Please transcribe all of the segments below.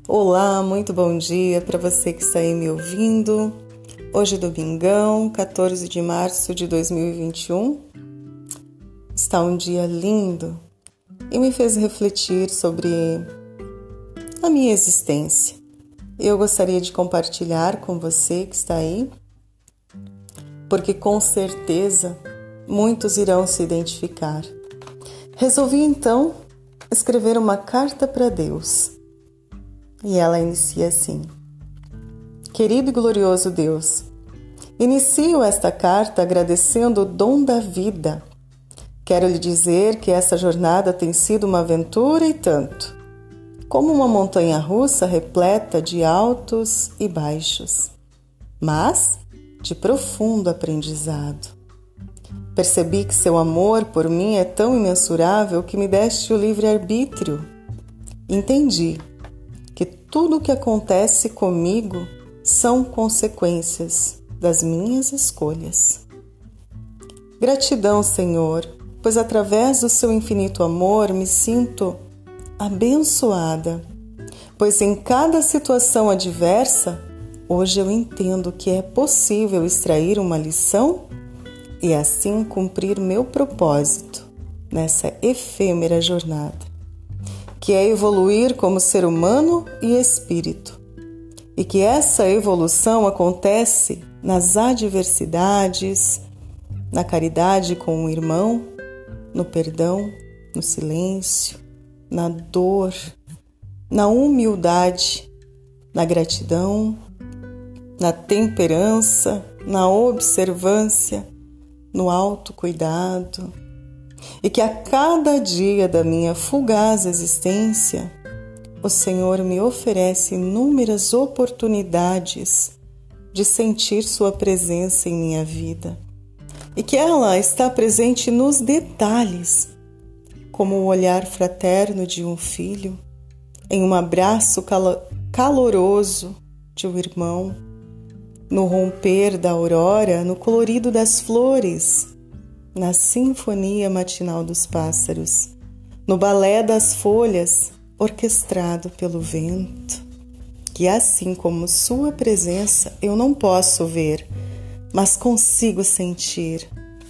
Olá, muito bom dia para você que está aí me ouvindo. Hoje é domingão, 14 de março de 2021. Está um dia lindo e me fez refletir sobre a minha existência. Eu gostaria de compartilhar com você que está aí, porque com certeza muitos irão se identificar. Resolvi então escrever uma carta para Deus. E ela inicia assim: Querido e glorioso Deus, inicio esta carta agradecendo o dom da vida. Quero lhe dizer que essa jornada tem sido uma aventura e tanto, como uma montanha-russa repleta de altos e baixos, mas de profundo aprendizado. Percebi que seu amor por mim é tão imensurável que me deste o livre-arbítrio. Entendi que tudo o que acontece comigo são consequências das minhas escolhas. Gratidão, Senhor, pois através do seu infinito amor me sinto abençoada, pois em cada situação adversa, hoje eu entendo que é possível extrair uma lição e assim cumprir meu propósito nessa efêmera jornada, que é evoluir como ser humano e espírito, e que essa evolução acontece nas adversidades, na caridade com o irmão, no perdão, no silêncio, na dor, na humildade, na gratidão, na temperança, na observância, no autocuidado, e que a cada dia da minha fugaz existência, o Senhor me oferece inúmeras oportunidades de sentir sua presença em minha vida, e que ela está presente nos detalhes, como o olhar fraterno de um filho, em um abraço caloroso de um irmão, no romper da aurora, no colorido das flores, na sinfonia matinal dos pássaros, no balé das folhas orquestrado pelo vento, que assim como sua presença eu não posso ver, mas consigo sentir.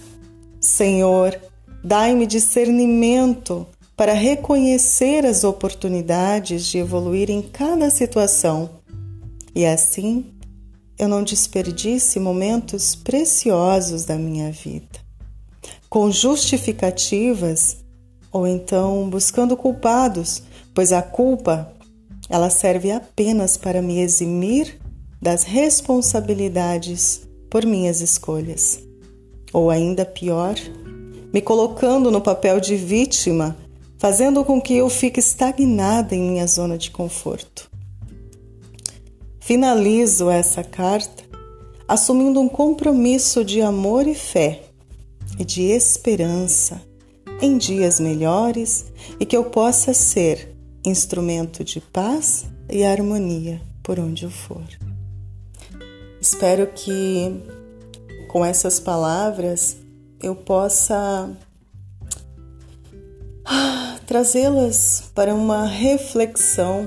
Senhor, dai-me discernimento para reconhecer as oportunidades de evoluir em cada situação e assim eu não desperdice momentos preciosos da minha vida, com justificativas ou então buscando culpados, pois a culpa ela serve apenas para me eximir das responsabilidades por minhas escolhas, ou ainda pior, me colocando no papel de vítima, fazendo com que eu fique estagnada em minha zona de conforto. Finalizo essa carta assumindo um compromisso de amor e fé e de esperança em dias melhores e que eu possa ser instrumento de paz e harmonia por onde eu for. Espero que com essas palavras eu possa trazê-las para uma reflexão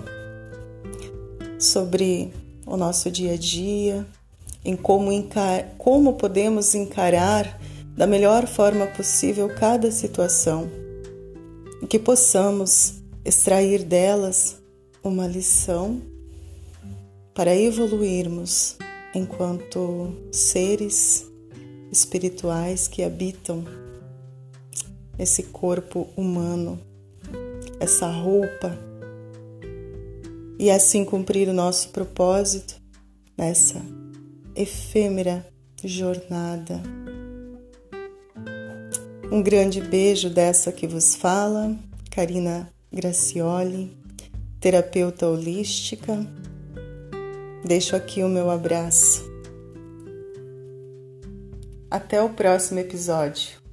sobre o nosso dia a dia, em como podemos encarar da melhor forma possível cada situação e que possamos extrair delas uma lição para evoluirmos enquanto seres espirituais que habitam esse corpo humano, essa roupa, e assim cumprir o nosso propósito nessa efêmera jornada. Um grande beijo dessa que vos fala, Karina Gracioli, terapeuta holística. Deixo aqui o meu abraço. Até o próximo episódio.